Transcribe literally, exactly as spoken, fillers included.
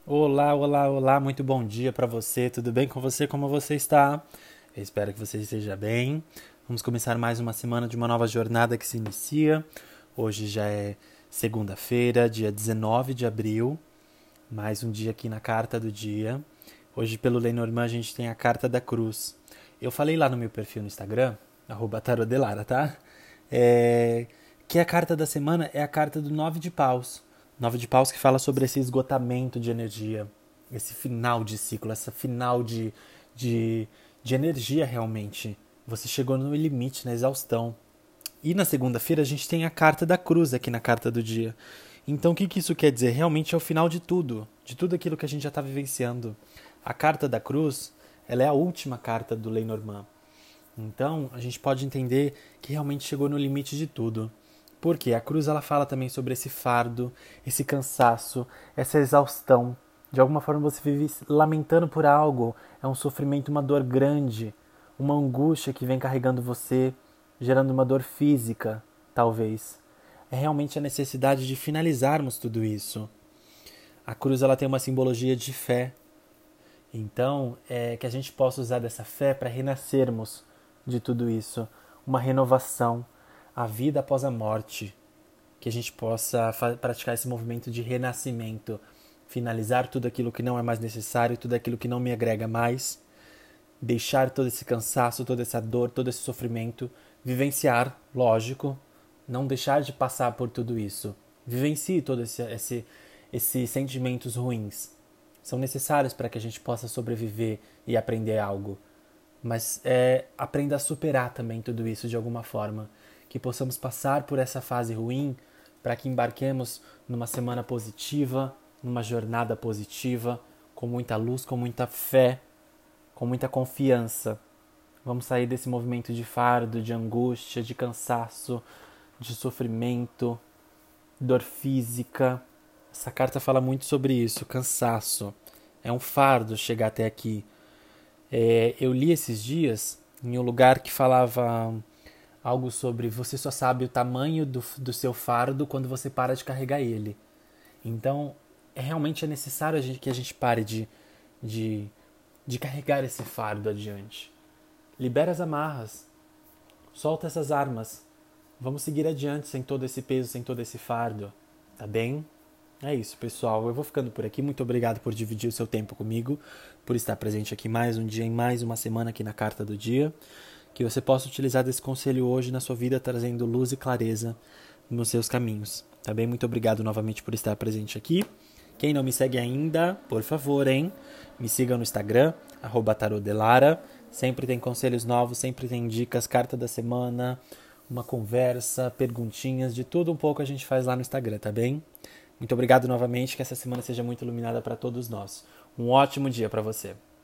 Olá, olá, olá, muito bom dia para você. Tudo bem com você? Como você está? Eu espero que você esteja bem. Vamos começar mais uma semana de uma nova jornada que se inicia. Hoje já é segunda-feira, dia dezenove de abril. Mais um dia aqui na carta do dia. Hoje, pelo Lenormand, a gente tem a carta da cruz. Eu falei lá no meu perfil no Instagram, arroba tarodelara, tá? É, que a carta da semana é a carta do nove de paus. Nove de paus que fala sobre esse esgotamento de energia, esse final de ciclo, essa final de, de, de energia realmente. Você chegou no limite, na exaustão. E na segunda-feira a gente tem a carta da cruz aqui na carta do dia. Então o que, que isso quer dizer? Realmente é o final de tudo, de tudo aquilo que a gente já está vivenciando. A carta da cruz, ela é a última carta do Lenormand. Então a gente pode entender que realmente chegou no limite de tudo. Porque a cruz ela fala também sobre esse fardo, esse cansaço, essa exaustão. De alguma forma você vive lamentando por algo, é um sofrimento, uma dor grande, uma angústia que vem carregando você, gerando uma dor física, talvez. É realmente a necessidade de finalizarmos tudo isso. A cruz ela tem uma simbologia de fé. Então, é que a gente possa usar dessa fé para renascermos de tudo isso, uma renovação, a vida após a morte, que a gente possa praticar esse movimento de renascimento, finalizar tudo aquilo que não é mais necessário, tudo aquilo que não me agrega mais, deixar todo esse cansaço, toda essa dor, todo esse sofrimento, vivenciar, lógico, não deixar de passar por tudo isso. Vivencie todos esse, esse, esses sentimentos ruins. São necessários para que a gente possa sobreviver e aprender algo. Mas é, aprenda a superar também tudo isso de alguma forma. Que possamos passar por essa fase ruim para que embarquemos numa semana positiva, numa jornada positiva, com muita luz, com muita fé, com muita confiança. Vamos sair desse movimento de fardo, de angústia, de cansaço, de sofrimento, dor física. Essa carta fala muito sobre isso, cansaço. É um fardo chegar até aqui. É, eu li esses dias em um lugar que falava algo sobre você só sabe o tamanho do, do seu fardo quando você para de carregar ele. Então, é, realmente é necessário a gente, que a gente pare de, de, de carregar esse fardo adiante. Libera as amarras, solta essas armas. Vamos seguir adiante sem todo esse peso, sem todo esse fardo. Tá bem? É isso, pessoal. Eu vou ficando por aqui. Muito obrigado por dividir o seu tempo comigo, por estar presente aqui mais um dia, em mais uma semana aqui na Carta do Dia. Que você possa utilizar desse conselho hoje na sua vida, trazendo luz e clareza nos seus caminhos. Tá bem? Muito obrigado novamente por estar presente aqui. Quem não me segue ainda, por favor, hein? Me siga no Instagram, arroba tarodelara. Sempre tem conselhos novos, sempre tem dicas, carta da semana, uma conversa, perguntinhas, de tudo um pouco a gente faz lá no Instagram, tá bem? Muito obrigado novamente, que essa semana seja muito iluminada para todos nós. Um ótimo dia para você.